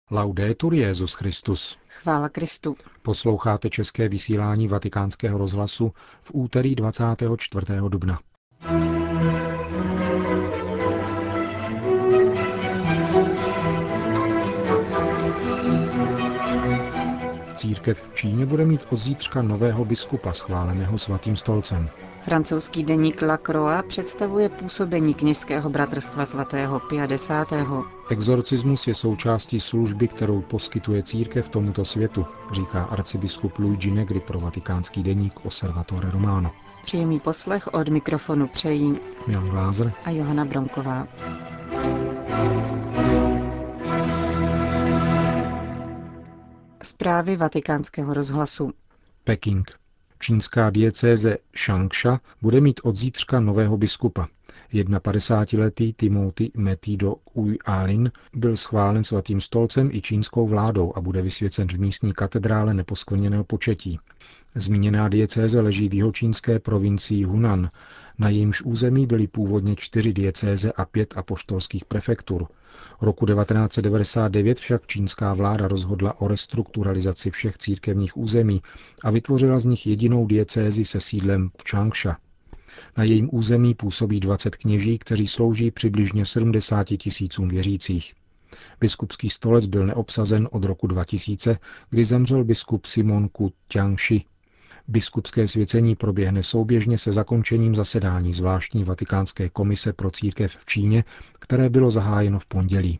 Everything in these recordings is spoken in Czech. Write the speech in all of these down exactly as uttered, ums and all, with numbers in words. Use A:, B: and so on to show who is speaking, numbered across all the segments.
A: Laudetur Jesus Christus.
B: Chvála Kristu.
A: Posloucháte české vysílání Vatikánského rozhlasu v úterý dvacátého čtvrtého dubna. Církev v Číně bude mít od zítřka nového biskupa schváleného Svatým stolcem.
B: Francouzský deník La Croix představuje působení kněžského bratrstva svatého Pia desátého.
A: Exorcismus je součástí služby, kterou poskytuje církev tomuto světu, říká arcibiskup Luigi Negri pro vatikánský deník Osservatore Romano.
B: Příjemný poslech od mikrofonu přejí
A: Milan Glázer
B: a Johana Bronková. Zprávy Vatikánského rozhlasu.
A: Peking. Čínská diecéze Changsha bude mít od zítřka nového biskupa. padesátiletý Timothy Metido Ui Alin byl schválen Svatým stolcem i čínskou vládou a bude vysvěcen v místní katedrále Neposkvrněného početí. Zmíněná diecéze leží v jihočínské provincii Hunan. Na jejímž území byly původně čtyři diecéze a pět apoštolských prefektur. Roku devatenáct set devadesát devět však čínská vláda rozhodla o restrukturalizaci všech církevních území a vytvořila z nich jedinou diecézi se sídlem v Changsha. Na jejím území působí dvacet kněží, kteří slouží přibližně sedmdesáti tisícům věřících. Biskupský stolec byl neobsazen od roku dva tisíce, kdy zemřel biskup Simon Ku Tiangshi. Biskupské svěcení proběhne souběžně se zakončením zasedání zvláštní vatikánské komise pro církev v Číně, které bylo zahájeno v pondělí.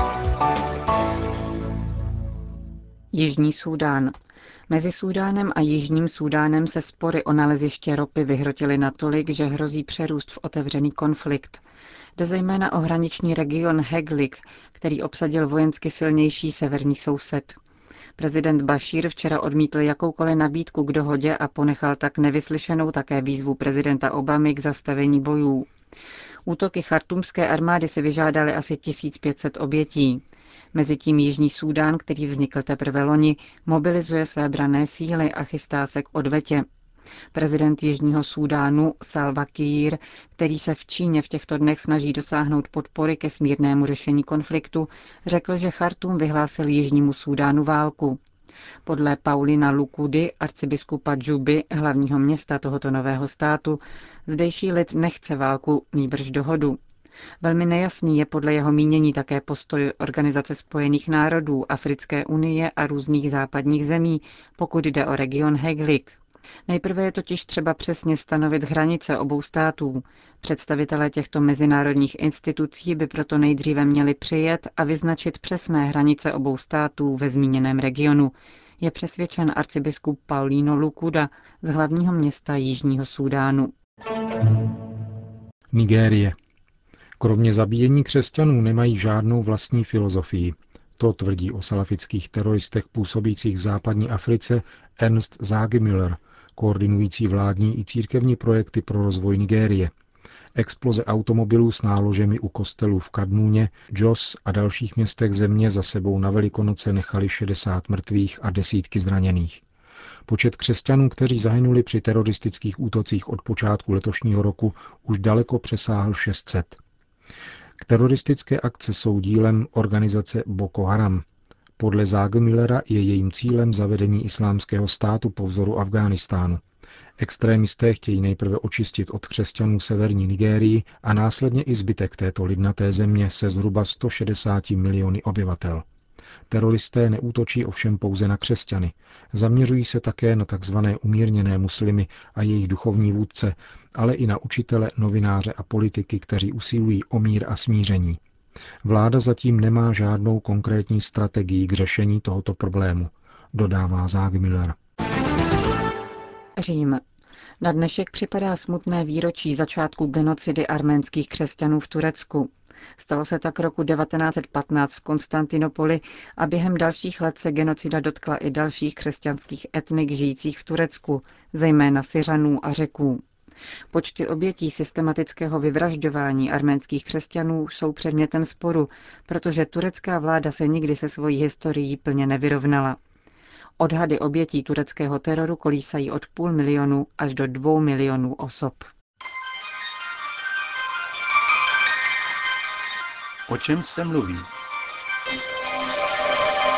B: Jižní Súdán. Mezi Súdánem a Jižním Súdánem se spory o naleziště ropy vyhrotily natolik, že hrozí přerůst v otevřený konflikt. Jde zejména o hraniční region Heglig, který obsadil vojensky silnější severní soused. Prezident Bašír včera odmítl jakoukoliv nabídku k dohodě a ponechal tak nevyslyšenou také výzvu prezidenta Obamy k zastavení bojů. Útoky chartumské armády si vyžádaly asi tisíc pět set obětí. Mezitím Jižní Súdán, který vznikl teprve loni, mobilizuje své branné síly a chystá se k odvetě. Prezident Jižního Súdánu Salva Kiir, který se v Číně v těchto dnech snaží dosáhnout podpory ke smírnému řešení konfliktu, řekl, že Chartum vyhlásil Jižnímu Súdánu válku. Podle Paulina Lukudy, arcibiskupa Džuby, hlavního města tohoto nového státu, zdejší lid nechce válku, nýbrž dohodu. Velmi nejasný je podle jeho mínění také postoj Organizace spojených národů, Africké unie a různých západních zemí, pokud jde o region Heglig. Nejprve je totiž třeba přesně stanovit hranice obou států. Představitelé těchto mezinárodních institucí by proto nejdříve měli přijet a vyznačit přesné hranice obou států ve zmíněném regionu, je přesvědčen arcibiskup Paulino Lukuda z hlavního města Jižního Súdánu.
A: Nigérie. Kromě zabíjení křesťanů nemají žádnou vlastní filozofii. To tvrdí o salafických teroristech působících v západní Africe Ernst Zagimüller, koordinující vládní i církevní projekty pro rozvoj Nigérie. Exploze automobilů s náložemi u kostelů v Kadmúně, Jos a dalších městech země za sebou na Velikonoce nechali šedesát mrtvých a desítky zraněných. Počet křesťanů, kteří zahynuli při teroristických útocích od počátku letošního roku, už daleko přesáhl šest set. Teroristické akce jsou dílem organizace Boko Haram. Podle Zagimüllera je jejím cílem zavedení islámského státu po vzoru Afghánistánu. Extrémisté chtějí nejprve očistit od křesťanů severní Nigérii a následně i zbytek této lidnaté země se zhruba sto šedesáti miliony obyvatel. Teroristé neútočí ovšem pouze na křesťany. Zaměřují se také na tzv. Umírněné muslimy a jejich duchovní vůdce, ale i na učitele, novináře a politiky, kteří usilují o mír a smíření. Vláda zatím nemá žádnou konkrétní strategii k řešení tohoto problému, dodává Zagimüller.
B: Řím. Na dnešek připadá smutné výročí začátku genocidy arménských křesťanů v Turecku. Stalo se tak roku devatenáct set patnáct v Konstantinopoli a během dalších let se genocida dotkla i dalších křesťanských etnik žijících v Turecku, zejména Syřanů a Řeků. Počty obětí systematického vyvražďování arménských křesťanů jsou předmětem sporu, protože turecká vláda se nikdy se svojí historií plně nevyrovnala. Odhady obětí tureckého teroru kolísají od půl milionu až do dvou milionů osob.
C: O čem se mluví?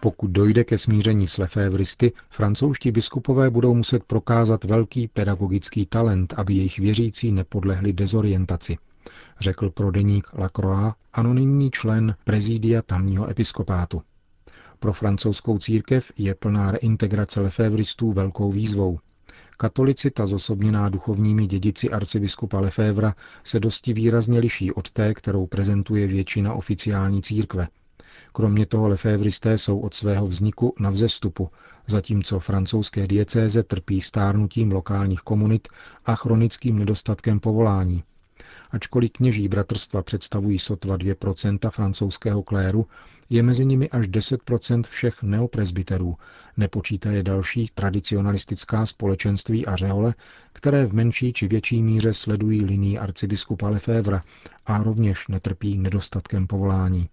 A: Pokud dojde ke smíření s lefébristy, francouzští biskupové budou muset prokázat velký pedagogický talent, aby jejich věřící nepodlehli dezorientaci, řekl pro deník La Croix anonymní člen prezidia tamního episkopátu. Pro francouzskou církev je plná reintegrace lefévristů velkou výzvou. Katolicita zosobněná duchovními dědici arcibiskupa Lefevra se dosti výrazně liší od té, kterou prezentuje většina oficiální církve. Kromě toho lefévristé jsou od svého vzniku na vzestupu, zatímco francouzské diecéze trpí stárnutím lokálních komunit a chronickým nedostatkem povolání. Ačkoliv kněží bratrstva představují sotva dvě procenta francouzského kléru, je mezi nimi až deset procent všech neopresbyterů, nepočítaje další tradicionalistická společenství a řehole, které v menší či větší míře sledují linii arcibiskupa Lefevra a rovněž netrpí nedostatkem povolání.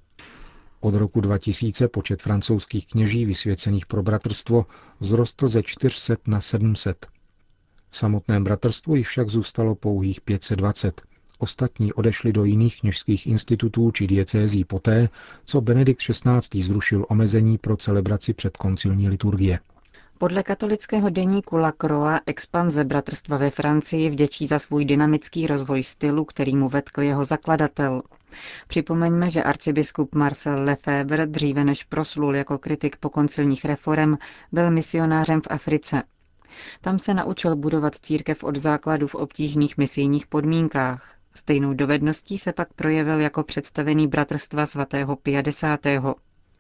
A: Od roku dva tisíce počet francouzských kněží vysvěcených pro bratrstvo vzrostl ze čtyř set na sedm set. V samotném bratrstvu jich však zůstalo pouhých pět set dvacet. Ostatní odešli do jiných kněžských institutů či diecézí poté, co Benedikt šestnáctý zrušil omezení pro celebraci předkoncilní liturgie.
B: Podle katolického deníku La Croix expanze bratrstva ve Francii vděčí za svůj dynamický rozvoj stylu, který mu vetkl jeho zakladatel. Připomeňme, že arcibiskup Marcel Lefebvre dříve než proslul jako kritik pokoncilních reforem, byl misionářem v Africe. Tam se naučil budovat církev od základu v obtížných misijních podmínkách. Stejnou dovedností se pak projevil jako představený bratrstva svatého Pia desátého.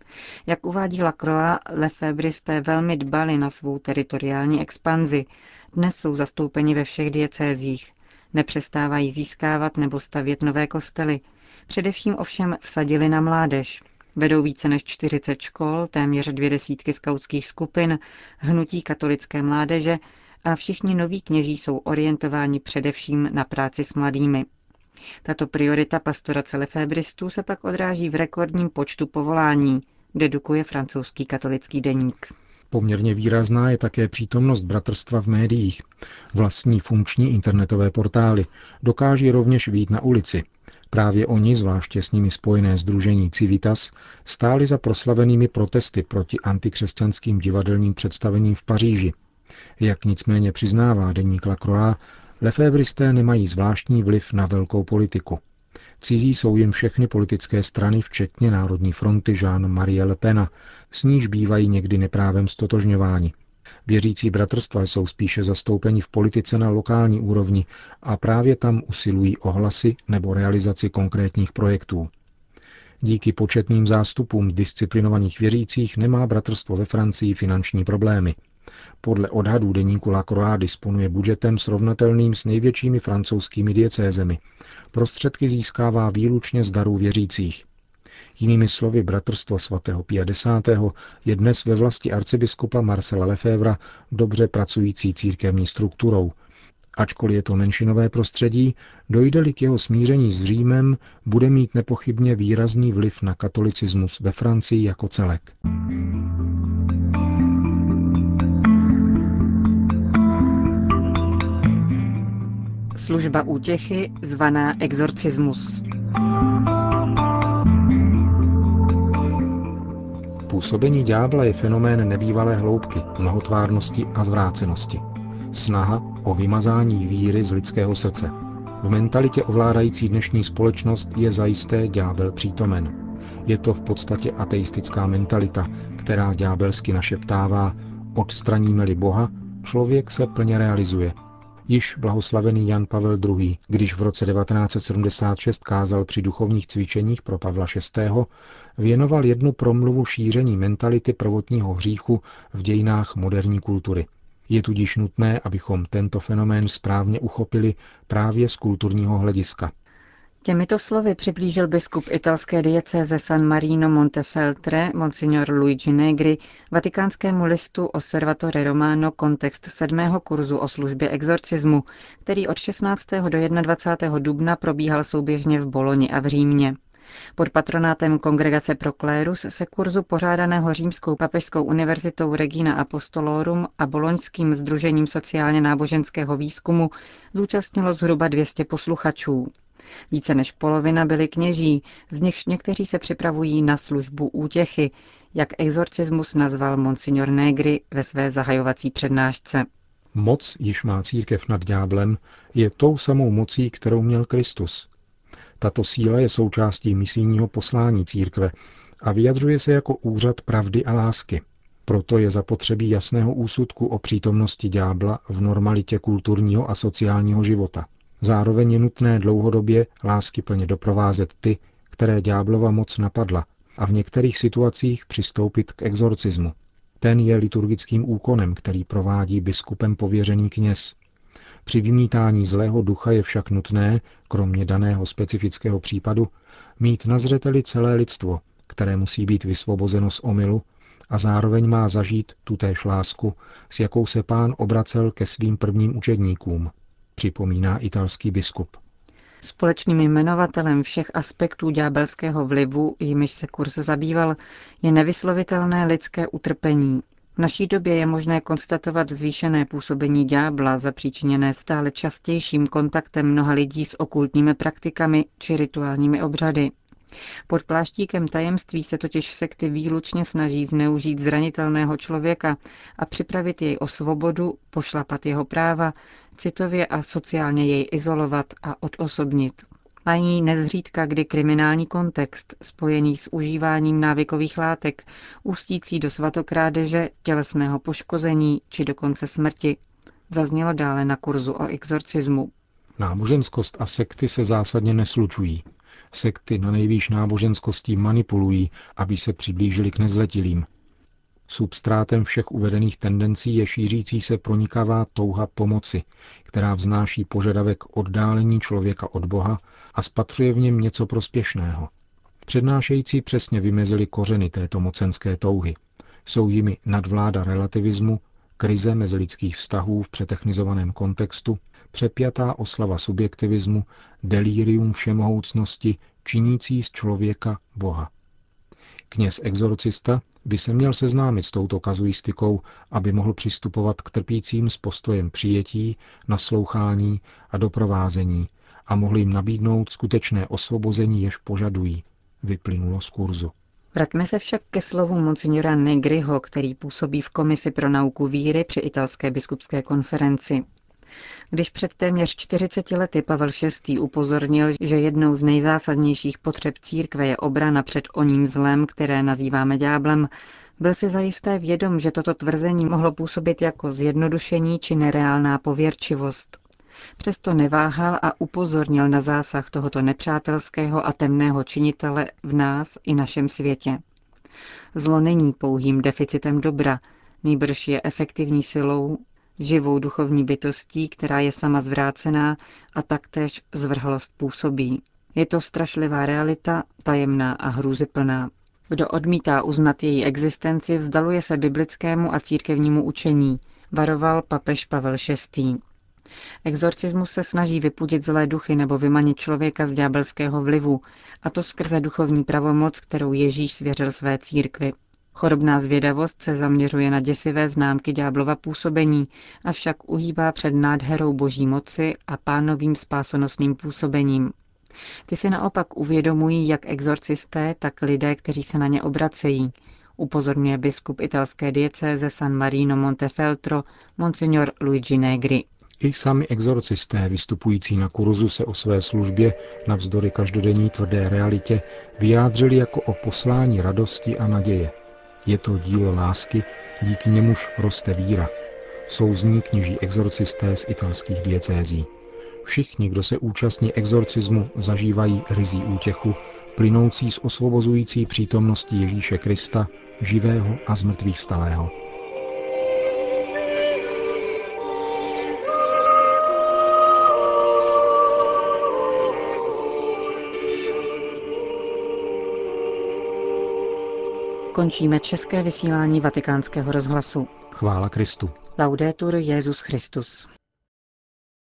B: Jak uvádí La Croix, lefébristé velmi dbali na svou teritoriální expanzi. Dnes jsou zastoupeni ve všech diecézích. Nepřestávají získávat nebo stavět nové kostely. Především ovšem vsadili na mládež. Vedou více než čtyřicet škol, téměř dvě desítky skautských skupin, hnutí katolické mládeže a všichni noví kněží jsou orientováni především na práci s mladými. Tato priorita pastorace lefébristů se pak odráží v rekordním počtu povolání, dedukuje francouzský katolický deník.
A: Poměrně výrazná je také přítomnost bratrstva v médiích. Vlastní funkční internetové portály dokáží rovněž vyjít na ulici. Právě oni, zvláště s nimi spojené sdružení Civitas, stáli za proslavenými protesty proti antikřesťanským divadelním představením v Paříži. Jak nicméně přiznává deník La Croix, lefébristé nemají zvláštní vliv na velkou politiku. Cizí jsou jim všechny politické strany, včetně Národní fronty Jean-Marie Le Pena, s níž bývají někdy neprávem stotožňováni. Věřící bratrstva jsou spíše zastoupeni v politice na lokální úrovni a právě tam usilují o hlasy nebo realizaci konkrétních projektů. Díky početným zástupům disciplinovaných věřících nemá bratrstvo ve Francii finanční problémy. Podle odhadů deníku La Croix disponuje budžetem srovnatelným s největšími francouzskými diecézemi. Prostředky získává výlučně z darů věřících. Jinými slovy, bratrstvo svatého Pia desátého je dnes ve vlasti arcibiskupa Marcela Lefevra dobře pracující církevní strukturou. Ačkoliv je to menšinové prostředí, dojde-li k jeho smíření s Římem, bude mít nepochybně výrazný vliv na katolicismus ve Francii jako celek.
B: Služba útěchy zvaná exorcismus.
A: Působení ďábla je fenomén nebývalé hloubky, mnohotvárnosti a zvrácenosti. Snaha o vymazání víry z lidského srdce. V mentalitě ovládající dnešní společnost je zajisté ďábel přítomen. Je to v podstatě ateistická mentalita, která ďábelsky našeptává: odstraníme-li Boha, člověk se plně realizuje. Již blahoslavený Jan Pavel druhý., když v roce devatenáct set sedmdesát šest kázal při duchovních cvičeních pro Pavla šestého., věnoval jednu promluvu šíření mentality prvotního hříchu v dějinách moderní kultury. Je tudíž nutné, abychom tento fenomén správně uchopili právě z kulturního hlediska.
B: Těmito slovy přiblížil biskup italské diecéze San Marino Montefeltre, monsignor Luigi Negri, vatikánskému listu Osservatore Romano kontext sedmého kurzu o službě exorcismu, který od šestnáctého do dvacátého prvního dubna probíhal souběžně v Boloni a v Římě. Pod patronátem Kongregace pro klérus se kurzu pořádaného Římskou papežskou univerzitou Regina Apostolorum a Boloňským sdružením sociálně náboženského výzkumu zúčastnilo zhruba dvě stě posluchačů. Více než polovina byli kněží, z nichž někteří se připravují na službu útěchy, jak exorcismus nazval monsignor Negri ve své zahajovací přednášce.
A: Moc, již má církev nad ďáblem, je tou samou mocí, kterou měl Kristus. Tato síla je součástí misijního poslání církve a vyjadřuje se jako úřad pravdy a lásky. Proto je zapotřebí jasného úsudku o přítomnosti ďábla v normalitě kulturního a sociálního života. Zároveň je nutné dlouhodobě láskyplně doprovázet ty, které ďáblova moc napadla, a v některých situacích přistoupit k exorcismu. Ten je liturgickým úkonem, který provádí biskupem pověřený kněz. Při vymítání zlého ducha je však nutné, kromě daného specifického případu, mít na zřeteli celé lidstvo, které musí být vysvobozeno z omylu a zároveň má zažít tutéž lásku, s jakou se Pán obracel ke svým prvním učedníkům, připomíná italský biskup.
B: Společným jmenovatelem všech aspektů ďábelského vlivu, jimiž se kurz zabýval, je nevyslovitelné lidské utrpení. V naší době je možné konstatovat zvýšené působení ďábla zapříčiněné stále častějším kontaktem mnoha lidí s okultními praktikami či rituálními obřady. Pod pláštíkem tajemství se totiž sekty výlučně snaží zneužít zranitelného člověka a připravit jej o svobodu, pošlapat jeho práva, citově a sociálně jej izolovat a odosobnit. Mají nezřídka kdy kriminální kontext, spojený s užíváním návykových látek, ústící do svatokrádeže, tělesného poškození či dokonce smrti. Zaznělo dále na kurzu o exorcismu.
A: Náboženskost a sekty se zásadně neslučují. Sekty na nejvýš náboženskostí manipulují, aby se přiblížili k nezletilým. Substrátem všech uvedených tendencí je šířící se pronikavá touha pomoci, která vznáší požadavek oddálení člověka od Boha a spatřuje v něm něco prospěšného. Přednášející přesně vymezili kořeny této mocenské touhy. Jsou jimi nadvláda relativismu, krize mezilidských vztahů v přetechnizovaném kontextu, přepjatá oslava subjektivismu, delírium všemohoucnosti, činící z člověka Boha. Kněz exorcista by se měl seznámit s touto kazuistikou, aby mohl přistupovat k trpícím s postojem přijetí, naslouchání a doprovázení a mohl jim nabídnout skutečné osvobození, jež požadují, vyplynulo z kurzu.
B: Vraťme se však ke slovu monsignora Negriho, který působí v Komisi pro nauku víry při italské biskupské konferenci. Když před téměř čtyřiceti lety Pavel šestý. upozornil, že jednou z nejzásadnějších potřeb církve je obrana před oním zlem, které nazýváme ďáblem, byl si zajisté vědom, že toto tvrzení mohlo působit jako zjednodušení či nereálná pověrčivost. Přesto neváhal a upozornil na zásah tohoto nepřátelského a temného činitele v nás i našem světě. Zlo není pouhým deficitem dobra, nýbrž je efektivní silou, živou duchovní bytostí, která je sama zvrácená a taktéž zvrhlost působí. Je to strašlivá realita, tajemná a hrůzyplná. Kdo odmítá uznat její existenci, vzdaluje se biblickému a církevnímu učení, varoval papež Pavel šestý. Exorcismus se snaží vypudit zlé duchy nebo vymanit člověka z ďábelského vlivu, a to skrze duchovní pravomoc, kterou Ježíš svěřil své církvi. Chorobná zvědavost se zaměřuje na děsivé známky ďáblova působení, avšak uhýbá před nádherou boží moci a pánovým spásonosným působením. Ty si naopak uvědomují jak exorcisté, tak lidé, kteří se na ně obracejí, upozorňuje biskup italské diecéze San Marino Montefeltro, monsignor Luigi Negri.
A: I sami exorcisté vystupující na kurzu se o své službě navzdory každodenní tvrdé realitě vyjádřili jako o poslání radosti a naděje. Je to dílo lásky, díky němuž roste víra. Souzní kněží exorcisté z italských diecézí. Všichni, kdo se účastní exorcismu, zažívají ryzí útěchu, plynoucí z osvobozující přítomnosti Ježíše Krista, živého a zmrtvých vstalého.
B: Končíme české vysílání Vatikánského rozhlasu.
A: Chvála Kristu.
B: Laudetur Jesus Christus.